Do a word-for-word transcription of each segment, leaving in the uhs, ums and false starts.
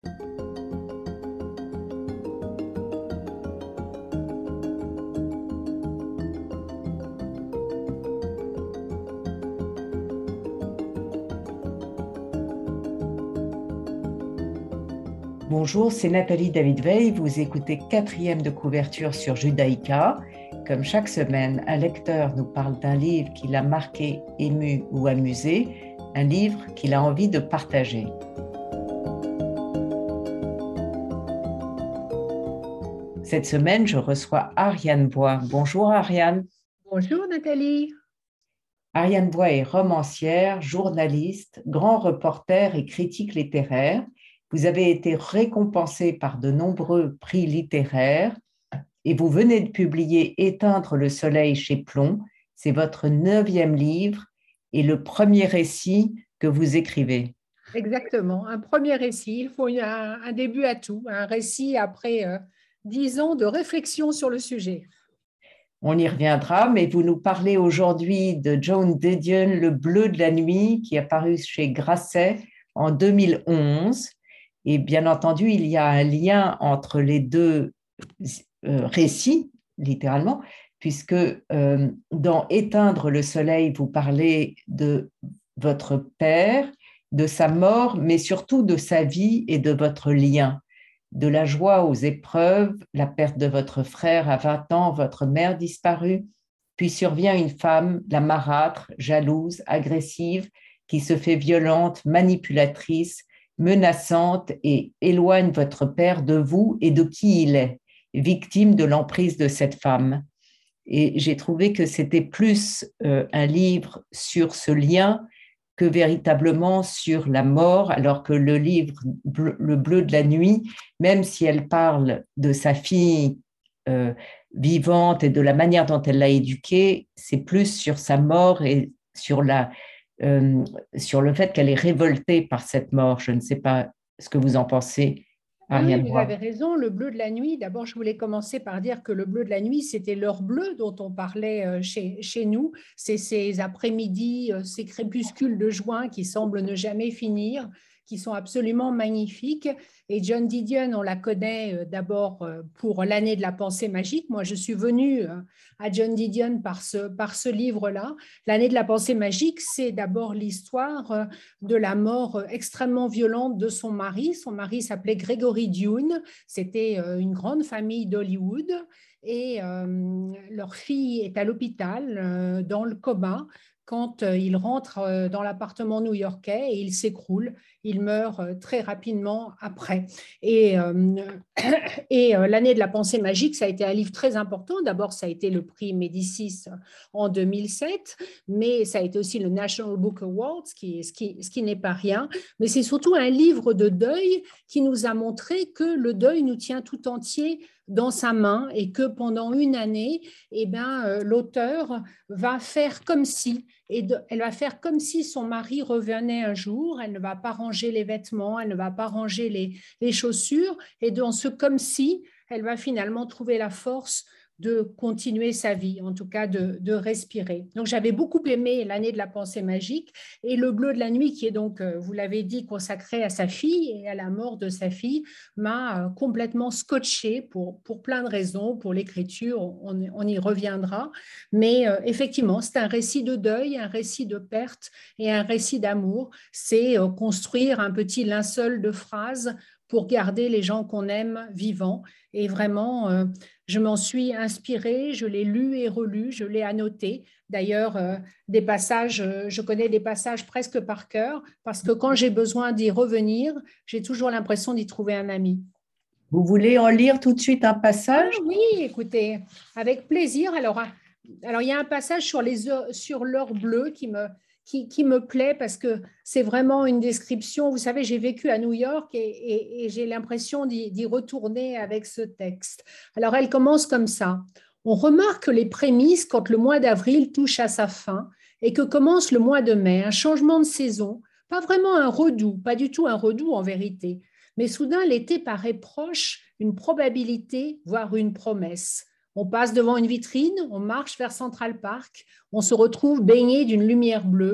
Bonjour, c'est Nathalie David-Veil. Vous écoutez quatrième de couverture sur Judaïka. Comme chaque semaine, un lecteur nous parle d'un livre qui l'a marqué, ému ou amusé, un livre qu'il a envie de partager. Cette semaine, je reçois Ariane Bois. Bonjour Ariane. Bonjour Nathalie. Ariane Bois est romancière, journaliste, grand reporter et critique littéraire. Vous avez été récompensée par de nombreux prix littéraires et vous venez de publier Éteindre le soleil chez Plomb. C'est votre neuvième livre et le premier récit que vous écrivez. Exactement, un premier récit. Il faut un, un début à tout, un récit après euh, dix ans de réflexion sur le sujet. On y reviendra, mais vous nous parlez aujourd'hui de Joan Didion, Le bleu de la nuit, qui est paru chez Grasset en deux mille onze. Et bien entendu, il y a un lien entre les deux euh, récits, littéralement, puisque euh, dans Éteindre le soleil, vous parlez de votre père, de sa mort, mais surtout de sa vie et de votre lien, de la joie aux épreuves, la perte de votre frère à vingt ans, votre mère disparue, puis survient une femme, la marâtre, jalouse, agressive, qui se fait violente, manipulatrice, menaçante et éloigne votre père de vous et de qui il est, victime de l'emprise de cette femme. Et j'ai trouvé que c'était plus euh, un livre sur ce lien que véritablement sur la mort, alors que le livre bleu, Le bleu de la nuit, même si elle parle de sa fille euh, vivante et de la manière dont elle l'a éduquée, c'est plus sur sa mort et sur la Euh, sur le fait qu'elle est révoltée par cette mort. Je ne sais pas ce que vous en pensez, Oui, oui, Ariane vous avez Bois. raison, le bleu de la nuit. D'abord, je voulais commencer par dire que le bleu de la nuit, c'était l'heure bleue dont on parlait euh, chez, chez nous. C'est ces après-midi, euh, ces crépuscules de juin qui semblent ne jamais finir, qui sont absolument magnifiques. Et Joan Didion, on la connaît euh, d'abord euh, pour l'année de la pensée magique. Moi, je suis venue euh, à Joan Didion par ce, par ce livre-là. L'année de la pensée magique, c'est d'abord l'histoire euh, de la mort extrêmement violente de son mari. Son mari s'appelait Gregory Dune. C'était euh, une grande famille d'Hollywood et euh, leur fille est à l'hôpital euh, dans le coma quand euh, il rentre euh, dans l'appartement new-yorkais et il s'écroule. Il meurt euh, très rapidement après. Et, euh, et euh, l'année de la pensée magique, ça a été un livre très important. D'abord, ça a été le prix Médicis en deux mille sept, mais ça a été aussi le National Book Award, ce qui, ce qui, ce qui n'est pas rien. Mais c'est surtout un livre de deuil qui nous a montré que le deuil nous tient tout entier dans sa main et que pendant une année, eh ben, euh, l'auteur va faire comme si, et de, elle va faire comme si son mari revenait un jour, elle ne va pas ranger les vêtements, elle ne va pas ranger les, les chaussures, et dans ce comme si, elle va finalement trouver la force de continuer sa vie, en tout cas de, de respirer. Donc j'avais beaucoup aimé l'année de la pensée magique et le bleu de la nuit qui est donc, vous l'avez dit, consacré à sa fille et à la mort de sa fille m'a complètement scotché pour, pour plein de raisons, pour l'écriture, on, on y reviendra, mais euh, effectivement c'est un récit de deuil, un récit de perte et un récit d'amour, c'est euh, construire un petit linceul de phrases pour garder les gens qu'on aime vivants. Et vraiment, euh, je m'en suis inspirée, je l'ai lu et relu, je l'ai annoté. D'ailleurs, euh, des passages, euh, je connais des passages presque par cœur, parce que quand j'ai besoin d'y revenir, j'ai toujours l'impression d'y trouver un ami. Vous voulez en lire tout de suite un Ah passage? oui, écoutez, avec plaisir. Alors, alors il y a un passage sur les heures- sur l'heure bleue qui me, qui, qui me plaît parce que c'est vraiment une description. Vous savez, j'ai vécu à New York et, et- et j'ai l'impression d'y d'y retourner avec ce texte. Alors, elle commence comme ça. On remarque les prémices quand le mois d'avril touche à sa fin et que commence le mois de mai, un changement de saison, pas vraiment un redout, pas du tout un redout en vérité. Mais soudain, l'été paraît proche, une probabilité, voire une promesse. On passe devant une vitrine, on marche vers Central Park, on se retrouve baigné d'une lumière bleue.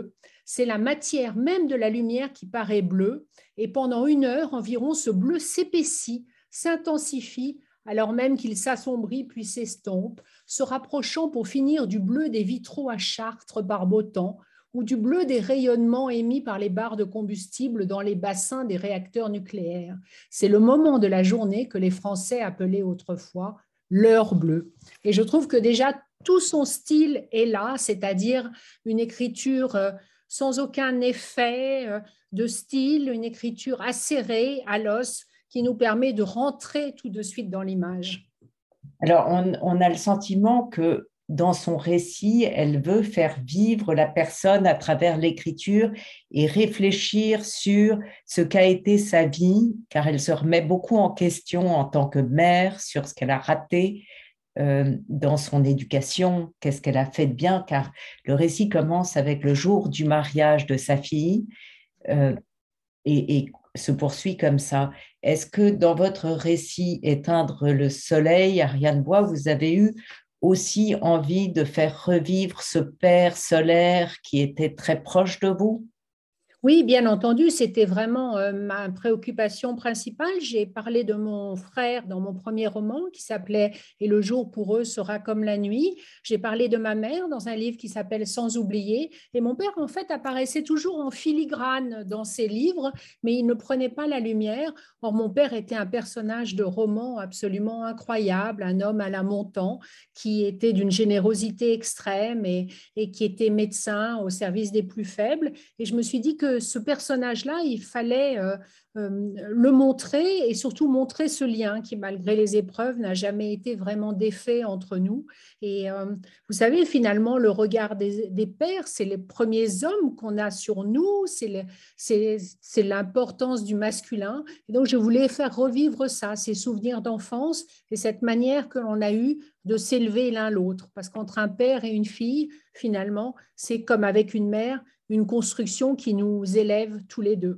c'est la matière même de la lumière qui paraît bleue, et pendant une heure environ, ce bleu s'épaissit, s'intensifie, alors même qu'il s'assombrit puis s'estompe, se rapprochant pour finir du bleu des vitraux à Chartres par beau temps, ou du bleu des rayonnements émis par les barres de combustible dans les bassins des réacteurs nucléaires. C'est le moment de la journée que les Français appelaient autrefois l'heure bleue. Et je trouve que déjà tout son style est là, c'est-à-dire une écriture sans aucun effet de style, une écriture acérée à l'os qui nous permet de rentrer tout de suite dans l'image. Alors, on, on a le sentiment que dans son récit, elle veut faire vivre la personne à travers l'écriture et réfléchir sur ce qu'a été sa vie, car elle se remet beaucoup en question en tant que mère sur ce qu'elle a raté euh, dans son éducation, qu'est-ce qu'elle a fait de bien, car le récit commence avec le jour du mariage de sa fille euh, et, et se poursuit comme ça. Est-ce que dans votre récit Éteindre le soleil, Ariane Bois, vous avez eu aussi envie de faire revivre ce père solaire qui était très proche de vous? Oui, bien entendu, c'était vraiment euh, ma préoccupation principale. J'ai parlé de mon frère dans mon premier roman qui s'appelait « Et le jour pour eux sera comme la nuit ». J'ai parlé de ma mère dans un livre qui s'appelle « Sans oublier ». Et mon père, en fait, apparaissait toujours en filigrane dans ses livres, mais il ne prenait pas la lumière. Or, mon père était un personnage de roman absolument incroyable, un homme à la Montand qui était d'une générosité extrême et, et qui était médecin au service des plus faibles. Et je me suis dit que ce personnage-là, il fallait euh, euh, le montrer et surtout montrer ce lien qui, malgré les épreuves, n'a jamais été vraiment défait entre nous. Et euh, vous savez, finalement, le regard des, des pères, c'est les premiers hommes qu'on a sur nous, c'est, c'est, c'est l'importance du masculin. Et donc, je voulais faire revivre ça, ces souvenirs d'enfance et cette manière que l'on a eue de s'élever l'un l'autre. Parce qu'entre un père et une fille, finalement, c'est comme avec une mère, une construction qui nous élève tous les deux.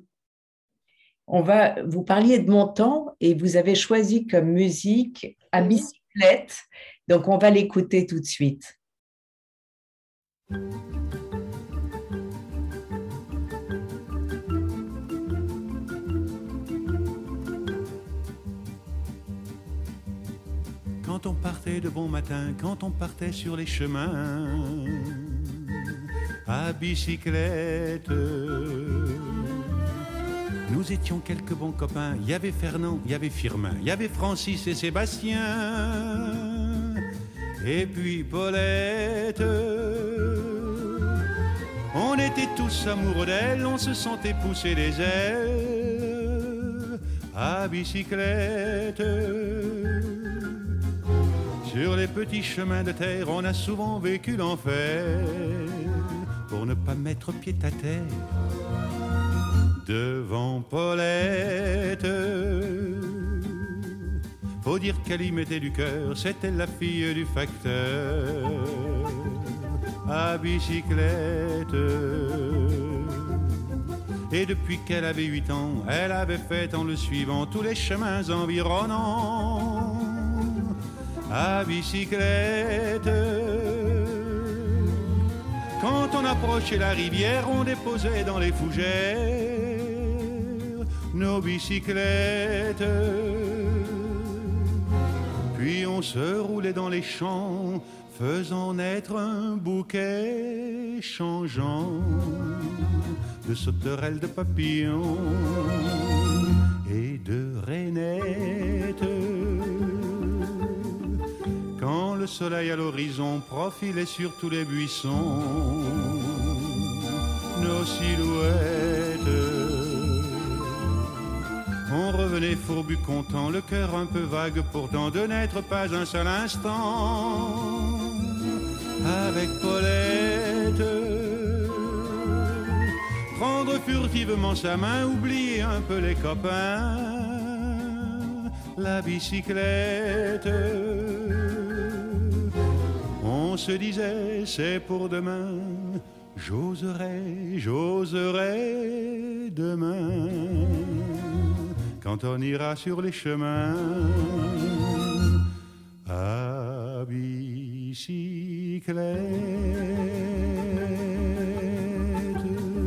On va, vous parliez de mon temps et vous avez choisi comme musique À bicyclette. Donc, on va l'écouter tout de suite. Quand on partait de bon matin, quand on partait sur les chemins, à bicyclette, nous étions quelques bons copains. Il y avait Fernand, il y avait Firmin, il y avait Francis et Sébastien, et puis Paulette. On était tous amoureux d'elle, on se sentait pousser les ailes à bicyclette. Sur les petits chemins de terre, on a souvent vécu l'enfer pour ne pas mettre pied à terre devant Paulette. Faut dire qu'elle y mettait du cœur, c'était la fille du facteur à bicyclette. Et depuis qu'elle avait huit ans, elle avait fait en le suivant tous les chemins environnants à bicyclette. Quand on approchait la rivière, on déposait dans les fougères nos bicyclettes. Puis on se roulait dans les champs, faisant naître un bouquet changeant de sauterelles, de papillons et de rainettes. Quand le soleil à l'horizon profilait sur tous les buissons nos silhouettes, on revenait fourbu content, le cœur un peu vague pourtant, de n'être pas un seul instant avec Paulette. Prendre furtivement sa main, oublier un peu les copains, la bicyclette. On se disait c'est pour demain, j'oserai, j'oserai demain, quand on ira sur les chemins à bicyclette.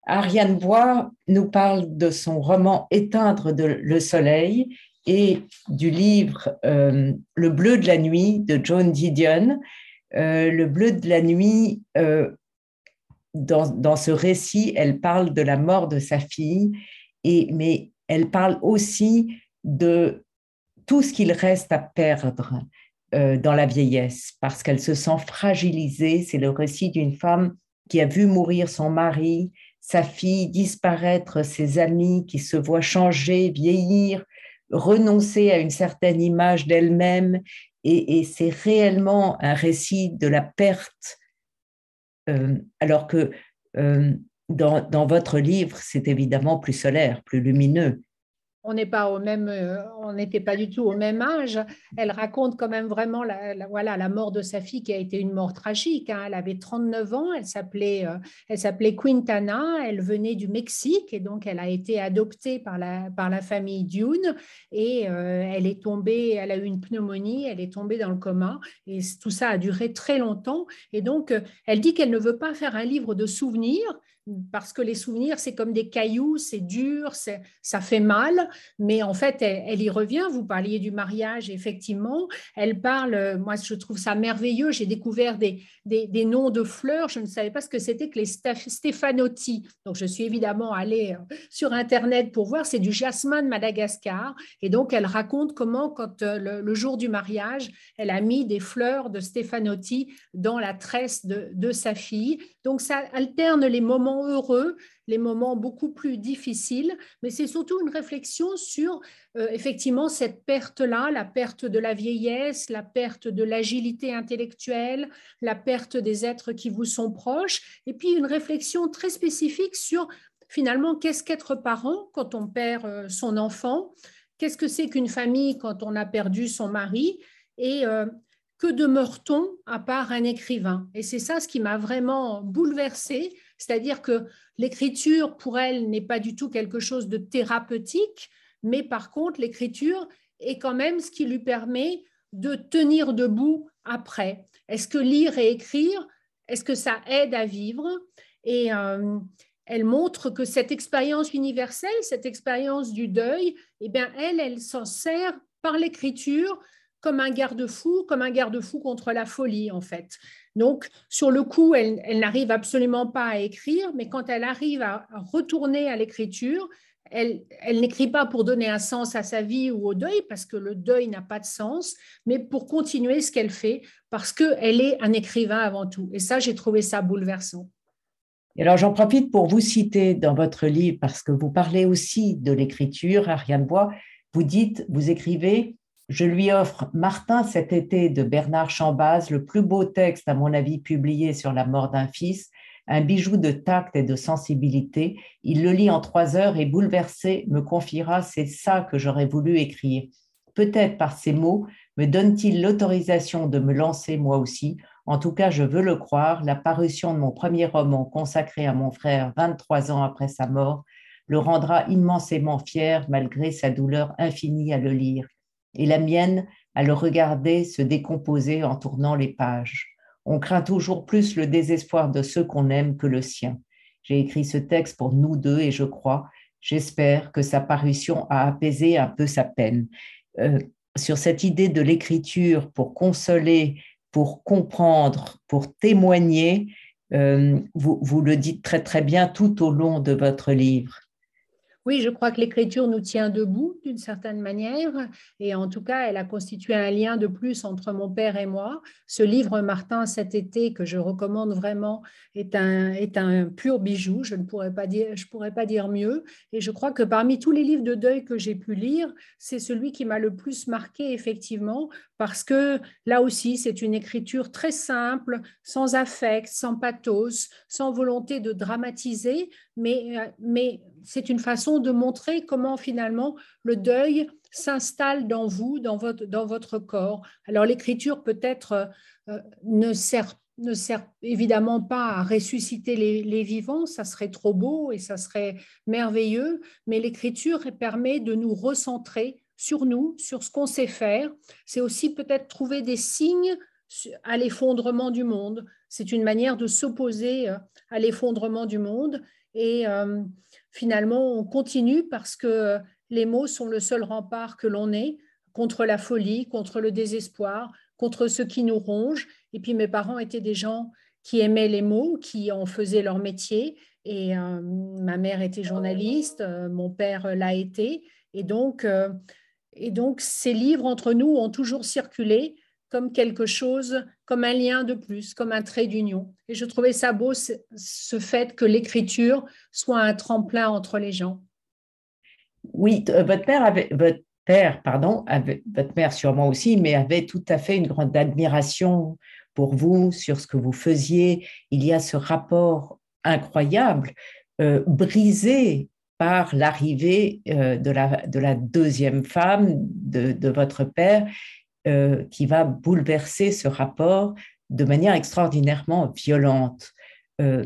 Ariane Bois nous parle de son roman Éteindre de le soleil et du livre euh, Le bleu de la nuit de Joan Didion. Euh, le bleu de la nuit, euh, dans, dans ce récit, elle parle de la mort de sa fille, et, mais elle parle aussi de tout ce qu'il reste à perdre euh, dans la vieillesse, parce qu'elle se sent fragilisée. C'est le récit d'une femme qui a vu mourir son mari, sa fille, disparaître, ses amis, qui se voit changer, vieillir, renoncer à une certaine image d'elle-même. Et, et c'est réellement un récit de la perte, euh, alors que euh, dans, dans votre livre, c'est évidemment plus solaire, plus lumineux. On n'est pas au même, on n'était pas du tout au même âge. Elle raconte quand même vraiment la, la, voilà, la mort de sa fille qui a été une mort tragique. Hein. Elle avait trente-neuf ans, elle s'appelait, euh, elle s'appelait Quintana, elle venait du Mexique et donc elle a été adoptée par la, par la famille Dune et euh, elle est tombée, elle a eu une pneumonie, elle est tombée dans le coma et tout ça a duré très longtemps. Et donc, elle dit qu'elle ne veut pas faire un livre de souvenirs parce que les souvenirs, c'est comme des cailloux, c'est dur, c'est, ça fait mal. Mais en fait, elle, elle y revient. Vous parliez du mariage, effectivement. Elle parle, moi, je trouve ça merveilleux. J'ai découvert des, des, des noms de fleurs. Je ne savais pas ce que c'était que les Stéphanotis. Donc, je suis évidemment allée sur Internet pour voir. C'est du jasmin de Madagascar. Et donc, elle raconte comment, quand le, le jour du mariage, elle a mis des fleurs de Stéphanotis dans la tresse de, de sa fille. Donc, ça alterne les moments heureux, les moments beaucoup plus difficiles, mais c'est surtout une réflexion sur euh, effectivement cette perte-là, la perte de la vieillesse, la perte de l'agilité intellectuelle, la perte des êtres qui vous sont proches, et puis une réflexion très spécifique sur finalement qu'est-ce qu'être parent quand on perd euh, son enfant, qu'est-ce que c'est qu'une famille quand on a perdu son mari, et euh, que demeure-t-on à part un écrivain? Et c'est ça ce qui m'a vraiment bouleversée, c'est-à-dire que l'écriture, pour elle, n'est pas du tout quelque chose de thérapeutique, mais par contre, l'écriture est quand même ce qui lui permet de tenir debout après. Est-ce que lire et écrire, est-ce que ça aide à vivre? Et euh, elle montre que cette expérience universelle, cette expérience du deuil, eh bien, elle, elle s'en sert par l'écriture comme un garde-fou, comme un garde-fou contre la folie, en fait. Donc, sur le coup, elle, elle n'arrive absolument pas à écrire, mais quand elle arrive à retourner à l'écriture, elle, elle n'écrit pas pour donner un sens à sa vie ou au deuil, parce que le deuil n'a pas de sens, mais pour continuer ce qu'elle fait, parce qu'elle est un écrivain avant tout. Et ça, j'ai trouvé ça bouleversant. Et alors, j'en profite pour vous citer dans votre livre, parce que vous parlez aussi de l'écriture, Ariane Bois. Vous dites, vous écrivez: je lui offre Martin cet été de Bernard Chambaz, le plus beau texte, à mon avis, publié sur la mort d'un fils, un bijou de tact et de sensibilité. Il le lit en trois heures et, bouleversé, me confiera: c'est ça que j'aurais voulu écrire. Peut-être par ces mots me donne-t-il l'autorisation de me lancer moi aussi. En tout cas, je veux le croire. La parution de mon premier roman consacré à mon frère vingt-trois ans après sa mort le rendra immensément fier malgré sa douleur infinie à le lire, et la mienne à le regarder se décomposer en tournant les pages. On craint toujours plus le désespoir de ceux qu'on aime que le sien. J'ai écrit ce texte pour nous deux et je crois, j'espère que sa parution a apaisé un peu sa peine. Euh, sur cette idée de l'écriture pour consoler, pour comprendre, pour témoigner, euh, vous, vous le dites très très bien tout au long de votre livre. Oui, je crois que l'écriture nous tient debout d'une certaine manière et en tout cas, elle a constitué un lien de plus entre mon père et moi. Ce livre, Martin, cet été, que je recommande vraiment, est un, est un pur bijou, je ne pourrais pas dire, je pourrais pas dire mieux. Et je crois que parmi tous les livres de deuil que j'ai pu lire, c'est celui qui m'a le plus marqué, effectivement, parce que là aussi, c'est une écriture très simple, sans affect, sans pathos, sans volonté de dramatiser, mais, mais c'est une façon de montrer comment finalement le deuil s'installe dans vous, dans votre, dans votre corps. Alors l'écriture peut-être euh, ne sert ne sert évidemment pas à ressusciter les, les vivants, ça serait trop beau et ça serait merveilleux, mais l'écriture permet de nous recentrer sur nous, sur ce qu'on sait faire. C'est aussi peut-être trouver des signes à l'effondrement du monde. C'est une manière de s'opposer à l'effondrement du monde. Et euh, finalement, on continue parce que les mots sont le seul rempart que l'on ait contre la folie, contre le désespoir, contre ce qui nous ronge. Et puis mes parents étaient des gens qui aimaient les mots, qui en faisaient leur métier. Et euh, ma mère était journaliste, euh, mon père l'a été. Et donc, euh, et donc, ces livres entre nous ont toujours circulé comme quelque chose, comme un lien de plus, comme un trait d'union. Et je trouvais ça beau, ce, ce fait que l'écriture soit un tremplin entre les gens. Oui, votre père avait, votre père, pardon, avait, votre mère sûrement aussi, mais avait tout à fait une grande admiration pour vous, sur ce que vous faisiez. Il y a ce rapport incroyable, euh, brisé par l'arrivée euh, de, la, de la deuxième femme de, de votre père, euh, qui va bouleverser ce rapport de manière extraordinairement violente. Euh,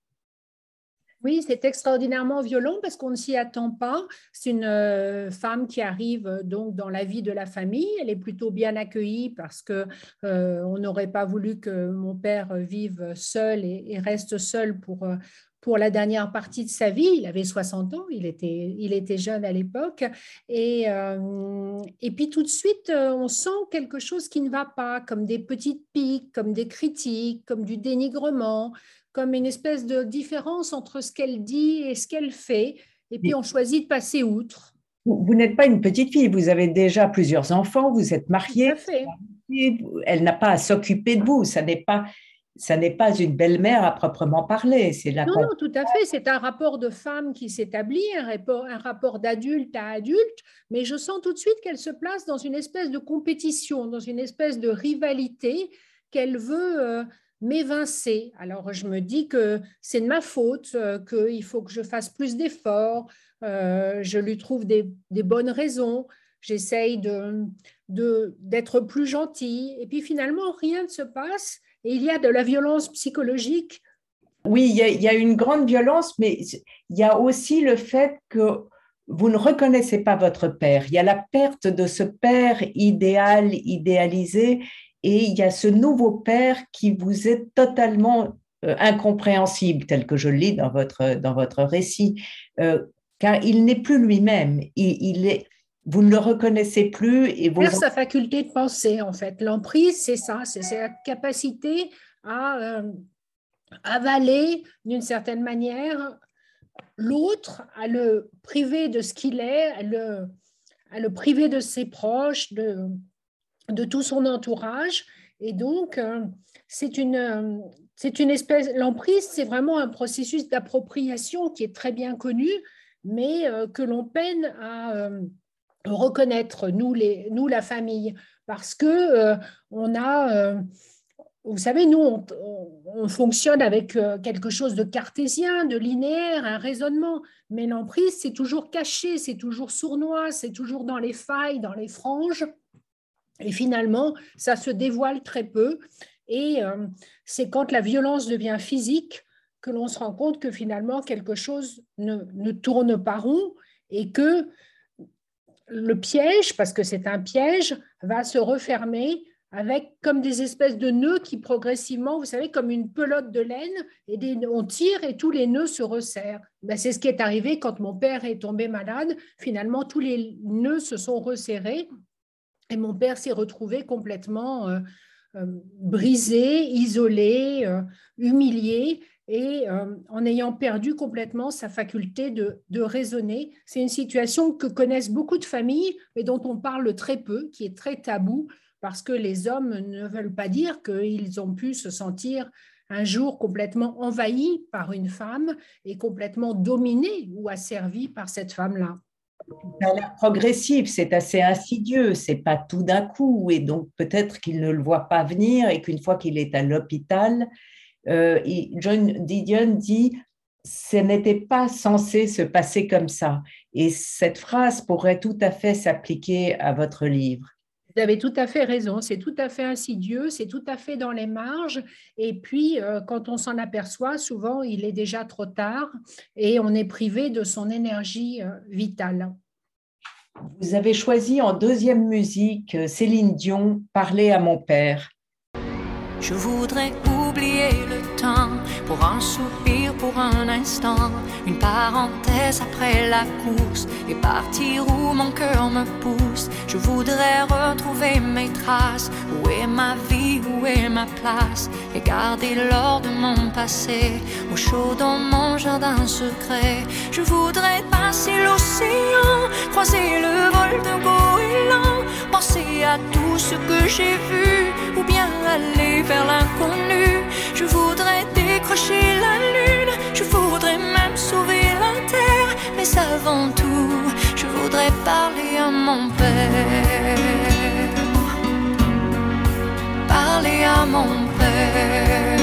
Oui, c'est extraordinairement violent parce qu'on ne s'y attend pas. C'est une euh, femme qui arrive euh, donc dans la vie de la famille. Elle est plutôt bien accueillie parce que euh, on n'aurait pas voulu que mon père vive seul et, et reste seul pour, euh, pour la dernière partie de sa vie. Il avait soixante ans, il était, il était jeune à l'époque. Et, euh, et puis tout de suite, euh, on sent quelque chose qui ne va pas, comme des petites piques, comme des critiques, comme du dénigrement, comme une espèce de différence entre ce qu'elle dit et ce qu'elle fait. Et puis, on choisit de passer outre. Vous, vous n'êtes pas une petite fille, vous avez déjà plusieurs enfants, vous êtes mariée. Tout à fait. Elle n'a pas à s'occuper de vous. Ça n'est pas, ça n'est pas une belle-mère à proprement parler. C'est la Non, non, tout à fait. C'est un rapport de femme qui s'établit, un rapport, un rapport d'adulte à adulte, mais je sens tout de suite qu'elle se place dans une espèce de compétition, dans une espèce de rivalité qu'elle veut euh, m'évincer. Alors, je me dis que c'est de ma faute, euh, qu'il faut que je fasse plus d'efforts, euh, je lui trouve des, des bonnes raisons, j'essaye de, de, d'être plus gentille, et puis finalement, rien ne se passe, et il y a de la violence psychologique. Oui, il y, a, il y a une grande violence, mais il y a aussi le fait que vous ne reconnaissez pas votre père. Il y a la perte de ce père idéal, idéalisé, et il y a ce nouveau père qui vous est totalement euh, incompréhensible, tel que je le lis dans votre, dans votre récit, euh, car il n'est plus lui-même. Il, il est, vous ne le reconnaissez plus. Et vos... Perd sa faculté de penser, en fait. L'emprise, c'est ça, c'est sa capacité à euh, avaler, d'une certaine manière, l'autre, à le priver de ce qu'il est, à le, à le priver de ses proches, de, de tout son entourage. Et donc, euh, c'est une, euh, c'est une espèce... L'emprise, c'est vraiment un processus d'appropriation qui est très bien connu, mais euh, que l'on peine à... Euh, reconnaître, nous, les, nous, la famille, parce que euh, on a, euh, vous savez, nous, on, on, on fonctionne avec euh, quelque chose de cartésien, de linéaire, un raisonnement, mais l'emprise, c'est toujours caché, c'est toujours sournois, c'est toujours dans les failles, dans les franges, et finalement, ça se dévoile très peu, et euh, c'est quand la violence devient physique que l'on se rend compte que finalement, quelque chose ne, ne tourne pas rond, et que le piège, parce que c'est un piège, va se refermer avec comme des espèces de nœuds qui progressivement, vous savez, comme une pelote de laine, et des, on tire et tous les nœuds se resserrent. Ben, c'est ce qui est arrivé quand mon père est tombé malade. Finalement, tous les nœuds se sont resserrés et mon père s'est retrouvé complètement euh, euh, brisé, isolé, euh, humilié. Et euh, en ayant perdu complètement sa faculté de, de raisonner. C'est une situation que connaissent beaucoup de familles, mais dont on parle très peu, qui est très tabou, parce que les hommes ne veulent pas dire qu'ils ont pu se sentir un jour complètement envahis par une femme et complètement dominés ou asservis par cette femme-là. Ça a l'air progressif, c'est assez insidieux, c'est pas tout d'un coup, et donc peut-être qu'il ne le voit pas venir et qu'une fois qu'il est à l'hôpital, Euh, John Didion dit « ce n'était pas censé se passer comme ça ». Et cette phrase pourrait tout à fait s'appliquer à votre livre. Vous avez tout à fait raison, c'est tout à fait insidieux, c'est tout à fait dans les marges. Et puis, euh, quand on s'en aperçoit, souvent, il est déjà trop tard et on est privé de son énergie euh, vitale. Vous avez choisi en deuxième musique Céline Dion, « Parler à mon père ». Je voudrais oublier le temps pour un soupir, pour un instant, une parenthèse après la course et partir où mon cœur me pousse. Je voudrais retrouver mes traces. Où est ma vie, où est ma place? Et garder l'or de mon passé au chaud dans mon jardin secret. Je voudrais passer l'océan, croiser le vol de goéland, penser à tout ce que j'ai vu, ou bien aller vers l'inconnu. Je voudrais décrocher la lune, je voudrais même sauver la terre, mais avant tout, je voudrais parler à mon père. Parler à mon père.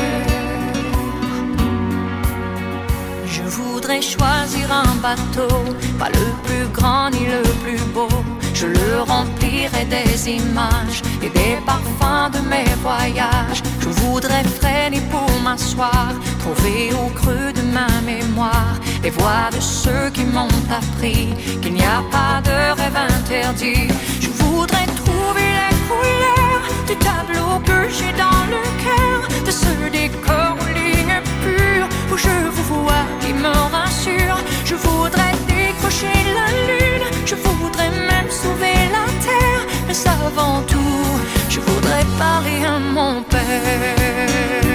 Je voudrais choisir un bateau, pas le plus grand ni le plus beau. Je le remplirai des images et des parfums de mes voyages. Je voudrais freiner pour m'asseoir, trouver au creux de ma mémoire les voix de ceux qui m'ont appris qu'il n'y a pas de rêve interdit. Je voudrais trouver les couleurs du tableau que j'ai dans le cœur, de ce décor aux lignes pures où je vous vois qui me rassure. Je voudrais décrocher la lune, je voudrais même sauver la terre, mais avant tout, je voudrais parler à mon père.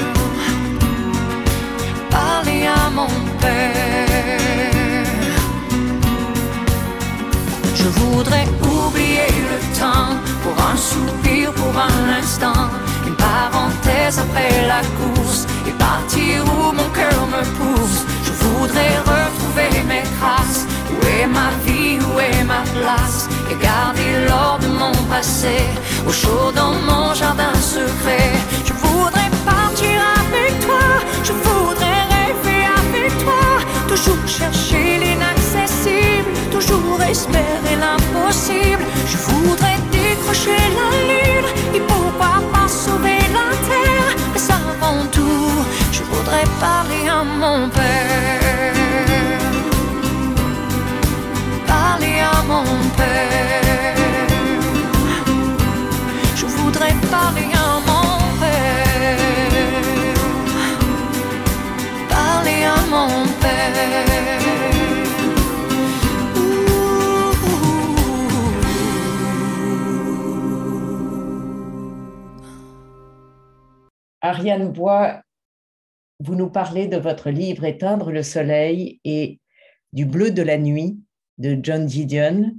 Parler à mon père. Je voudrais oublier le temps pour un soupir, pour un instant, une parenthèse après la course et partir où mon cœur me pousse. Je voudrais retrouver mes traces. Où est ma vie, où est ma place? Et garder l'or de mon passé au chaud dans mon jardin secret. Je voudrais partir avec toi, je voudrais rêver avec toi, toujours chercher l'inaccessible, toujours espérer l'impossible. Je voudrais décrocher la lune et pourquoi pas sauver la terre, mais avant tout, je voudrais parler à mon père. Parler à mon père. Je voudrais parler à mon père. Parler à mon père. Ariane Bois, vous nous parlez de votre livre Éteindre le soleil et du bleu de la nuit de John Didion.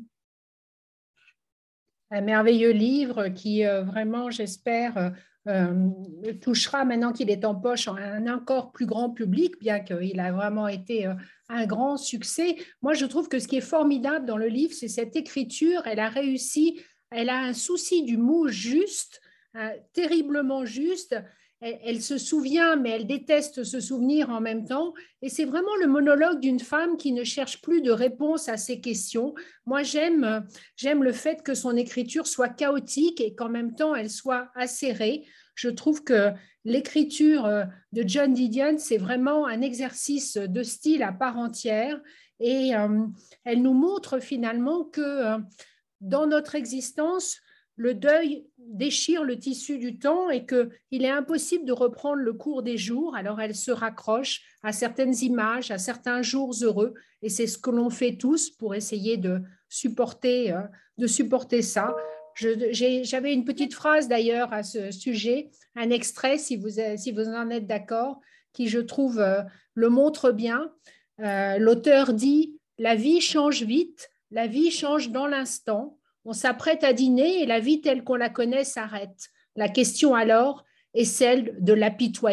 Un merveilleux livre qui euh, vraiment, j'espère, euh, touchera, maintenant qu'il est en poche, un encore plus grand public, bien qu'il a vraiment été euh, un grand succès. Moi, je trouve que ce qui est formidable dans le livre, c'est cette écriture. Elle a réussi, elle a un souci du mot juste, euh, terriblement juste. Elle, elle se souvient, mais elle déteste se souvenir en même temps. Et c'est vraiment le monologue d'une femme qui ne cherche plus de réponse à ses questions. Moi, j'aime, j'aime le fait que son écriture soit chaotique et qu'en même temps, elle soit acérée. Je trouve que l'écriture de John Didion, c'est vraiment un exercice de style à part entière. Et euh, elle nous montre finalement que euh, dans notre existence, le deuil déchire le tissu du temps et qu'il est impossible de reprendre le cours des jours. Alors, elle se raccroche à certaines images, à certains jours heureux. Et c'est ce que l'on fait tous pour essayer de supporter, de supporter ça. Je, j'ai, j'avais une petite phrase d'ailleurs à ce sujet, un extrait, si vous, si vous en êtes d'accord, qui, je trouve, le montre bien. Euh, l'auteur dit « La vie change vite, la vie change dans l'instant. On s'apprête à dîner et la vie telle qu'on la connaît s'arrête. La question alors est celle de l'apitoiement. »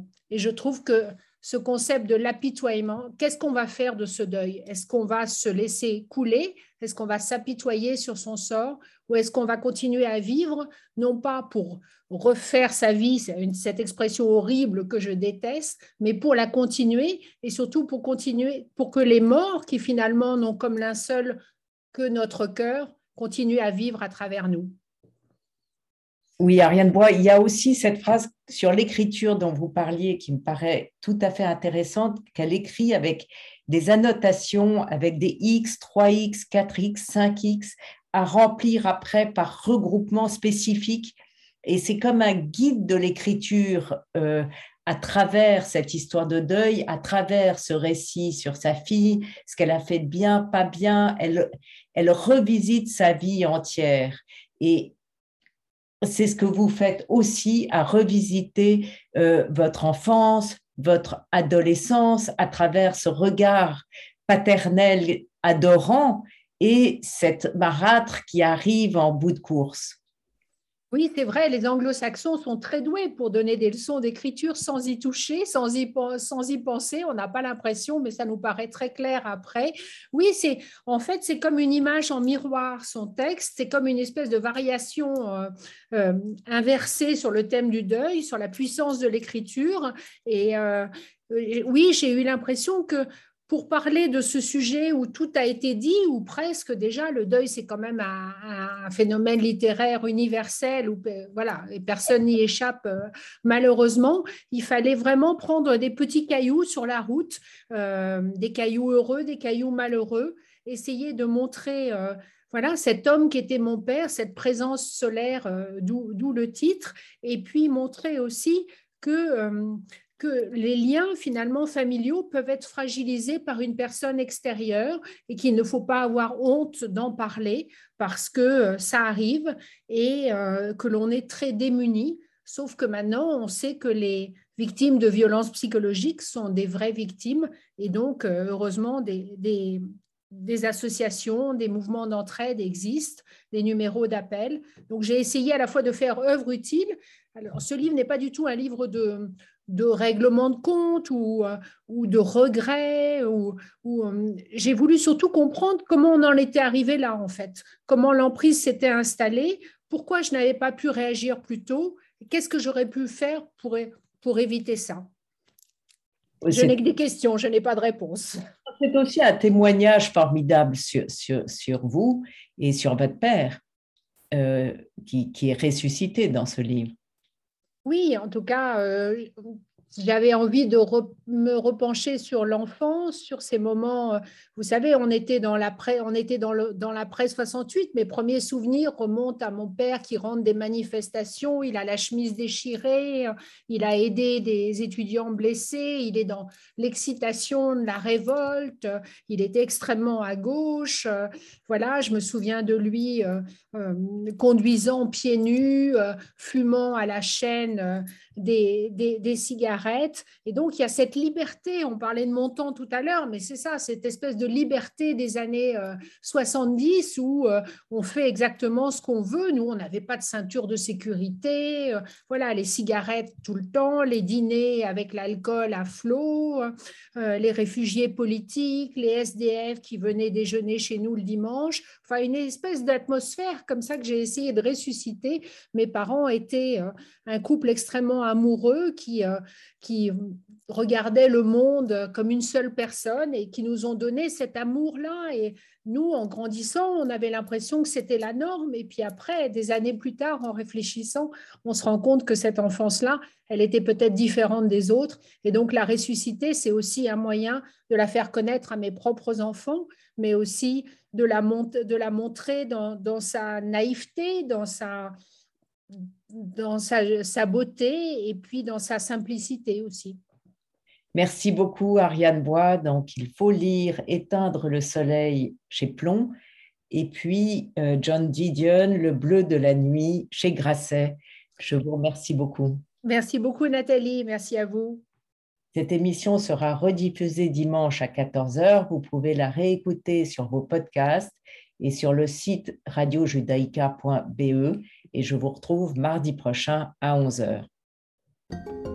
Et je trouve que ce concept de l'apitoiement, qu'est-ce qu'on va faire de ce deuil? Est-ce qu'on va se laisser couler? Est-ce qu'on va s'apitoyer sur son sort? Ou est-ce qu'on va continuer à vivre, non pas pour refaire sa vie, c'est une, cette expression horrible que je déteste, mais pour la continuer et surtout pour continuer, pour que les morts qui finalement n'ont comme linceul que notre cœur, continuer à vivre à travers nous. Oui, Ariane Bois, il y a aussi cette phrase sur l'écriture dont vous parliez qui me paraît tout à fait intéressante, qu'elle écrit avec des annotations, avec des X, trois X, quatre X, cinq X, à remplir après par regroupement spécifique. et c'est comme un guide de l'écriture euh, à travers cette histoire de deuil, à travers ce récit sur sa fille, ce qu'elle a fait de bien, pas bien, elle, elle revisite sa vie entière. Et c'est ce que vous faites aussi, à revisiter euh, votre enfance, votre adolescence à travers ce regard paternel adorant et cette marâtre qui arrive en bout de course. Oui, c'est vrai, les anglo-saxons sont très doués pour donner des leçons d'écriture sans y toucher, sans y, sans y penser. On n'a pas l'impression, mais ça nous paraît très clair après. Oui, c'est, en fait, c'est comme une image en miroir, son texte. C'est comme une espèce de variation euh, euh, inversée sur le thème du deuil, sur la puissance de l'écriture. Et euh, oui, j'ai eu l'impression que pour parler de ce sujet où tout a été dit, ou presque déjà, le deuil, c'est quand même un, un phénomène littéraire universel où voilà, et personne n'y échappe euh, malheureusement. Il fallait vraiment prendre des petits cailloux sur la route, euh, des cailloux heureux, des cailloux malheureux, essayer de montrer euh, voilà, cet homme qui était mon père, cette présence solaire, euh, d'où, d'où le titre, et puis montrer aussi que... Euh, que les liens finalement familiaux peuvent être fragilisés par une personne extérieure et qu'il ne faut pas avoir honte d'en parler parce que ça arrive et euh, que l'on est très démuni. Sauf que maintenant, on sait que les victimes de violences psychologiques sont des vraies victimes et donc, heureusement, des, des, des associations, des mouvements d'entraide existent, des numéros d'appel. Donc, j'ai essayé à la fois de faire œuvre utile. Alors, ce livre n'est pas du tout un livre de... de règlement de compte ou, ou de regret. Ou, ou, j'ai voulu surtout comprendre comment on en était arrivé là, en fait, comment l'emprise s'était installée, pourquoi je n'avais pas pu réagir plus tôt, qu'est-ce que j'aurais pu faire pour, pour éviter ça. Je n'ai que des questions, je n'ai pas de réponse. C'est aussi un témoignage formidable sur, sur, sur vous et sur votre père euh, qui, qui est ressuscité dans ce livre. Oui, en tout cas, euh, j'avais envie de re, me repencher sur l'enfance, sur ces moments. Vous savez, on était dans la presse, on était dans le dans l'après soixante-huit. Mes premiers souvenirs remontent à mon père qui rentre des manifestations. Il a la chemise déchirée. Il a aidé des étudiants blessés. Il est dans l'excitation de la révolte. Il était extrêmement à gauche. Voilà, je me souviens de lui euh, euh, conduisant pieds nus, euh, fumant à la chaîne euh, des, des, des cigarettes. Et donc, il y a cette liberté, on parlait de mon temps tout à l'heure, mais c'est ça, cette espèce de liberté des années euh, soixante-dix où euh, on fait exactement ce qu'on veut. Nous, on n'avait pas de ceinture de sécurité. Euh, voilà, les cigarettes tout le temps, les dîners avec l'alcool à flot, euh, les réfugiés politiques, les S D F qui venaient déjeuner chez nous le dimanche. Enfin, une espèce d'atmosphère comme ça que j'ai essayé de ressusciter. Mes parents étaient euh, un couple extrêmement amoureux qui, euh, qui regardaient le monde comme une seule personne et qui nous ont donné cet amour-là. Et nous, en grandissant, on avait l'impression que c'était la norme. Et puis après, des années plus tard, en réfléchissant, on se rend compte que cette enfance-là, elle était peut-être différente des autres. Et donc, la ressusciter, c'est aussi un moyen de la faire connaître à mes propres enfants, mais aussi de la, mont- de la montrer dans, dans sa naïveté, dans sa... dans sa, sa beauté et puis dans sa simplicité aussi. Merci beaucoup, Ariane Bois. Donc, il faut lire Éteindre le soleil chez Plomb et puis euh, John Didion, Le bleu de la nuit chez Grasset. Je vous remercie beaucoup. Merci beaucoup, Nathalie. Merci à vous. Cette émission sera rediffusée dimanche à quatorze heures. Vous pouvez la réécouter sur vos podcasts et sur le site radio judaïka point b e et je vous retrouve mardi prochain à onze heures.